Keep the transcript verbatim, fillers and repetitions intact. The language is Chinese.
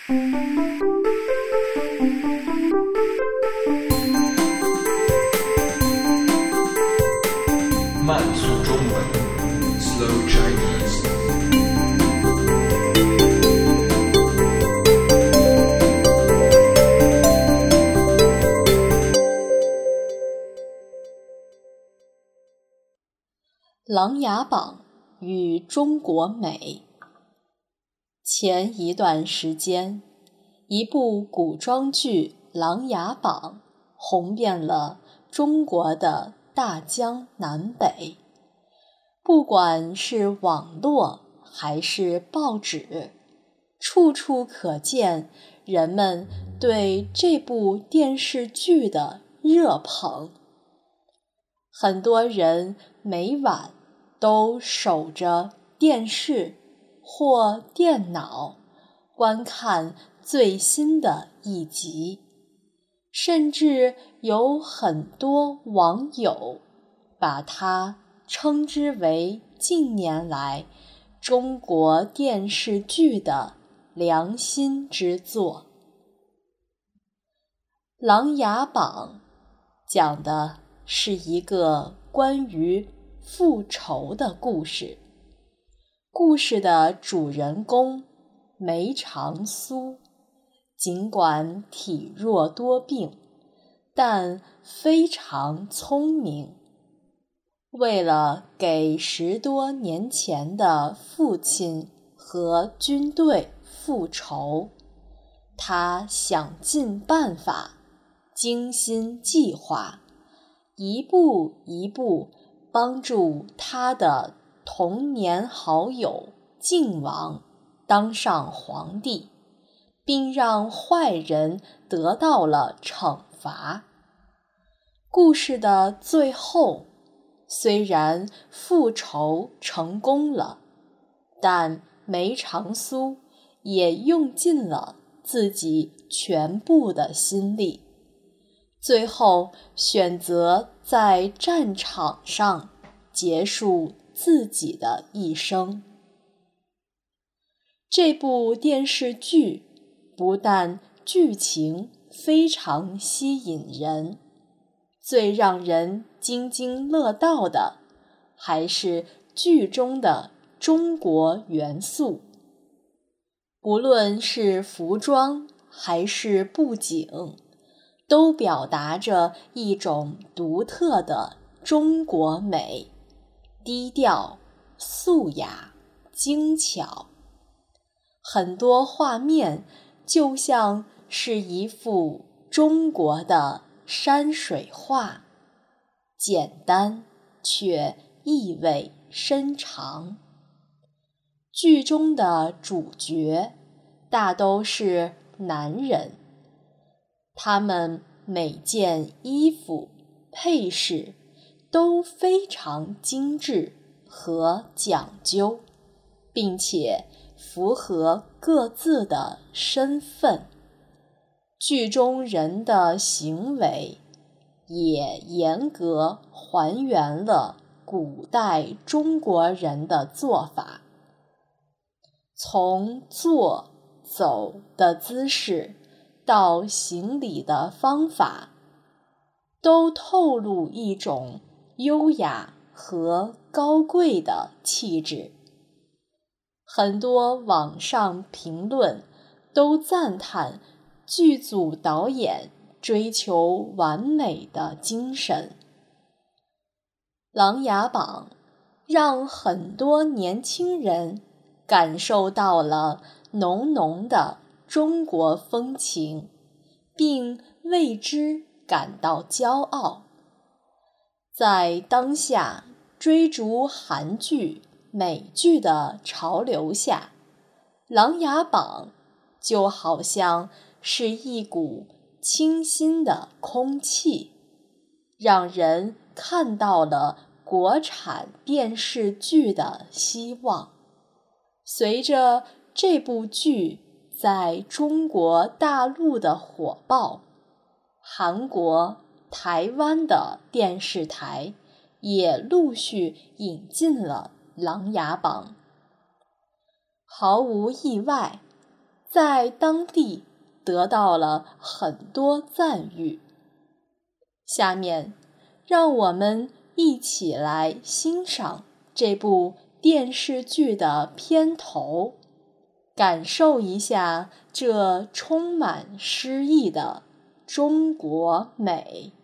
慢速中文 Slow Chinese。 琅琊榜与中国美。前一段时间，一部古装剧《琅琊榜》红遍了中国的大江南北，不管是网络还是报纸，处处可见人们对这部电视剧的热捧。很多人每晚都守着电视或电脑观看最新的一集，甚至有很多网友把它称之为近年来中国电视剧的良心之作。《琅琊榜》讲的是一个关于复仇的故事。故事的主人公梅长苏，尽管体弱多病，但非常聪明。为了给十多年前的父亲和军队复仇，他想尽办法，精心计划，一步一步帮助他的童年好友靖王当上皇帝，并让坏人得到了惩罚。故事的最后，虽然复仇成功了，但梅长苏也用尽了自己全部的心力，最后选择在战场上结束自己的一生。这部电视剧不但剧情非常吸引人，最让人津津乐道的还是剧中的中国元素。不论是服装还是布景，都表达着一种独特的中国美，低调、素雅、精巧。很多画面就像是一幅中国的山水画，简单却意味深长。剧中的主角大都是男人，他们每件衣服、配饰都非常精致和讲究，并且符合各自的身份。剧中人的行为也严格还原了古代中国人的做法，从坐、走的姿势到行礼的方法，都透露一种优雅和高贵的气质。很多网上评论都赞叹剧组导演追求完美的精神。《琅琊榜》让很多年轻人感受到了浓浓的中国风情，并为之感到骄傲。在当下追逐韩剧、美剧的潮流下，《琅琊榜》就好像是一股清新的空气，让人看到了国产电视剧的希望。随着这部剧在中国大陆的火爆，韩国、台湾的电视台也陆续引进了《琅琊榜》。毫无意外， 在当地得到了很多赞誉。下面，让我们一起来欣赏这部电视剧的片头，感受一下这充满诗意的中国美。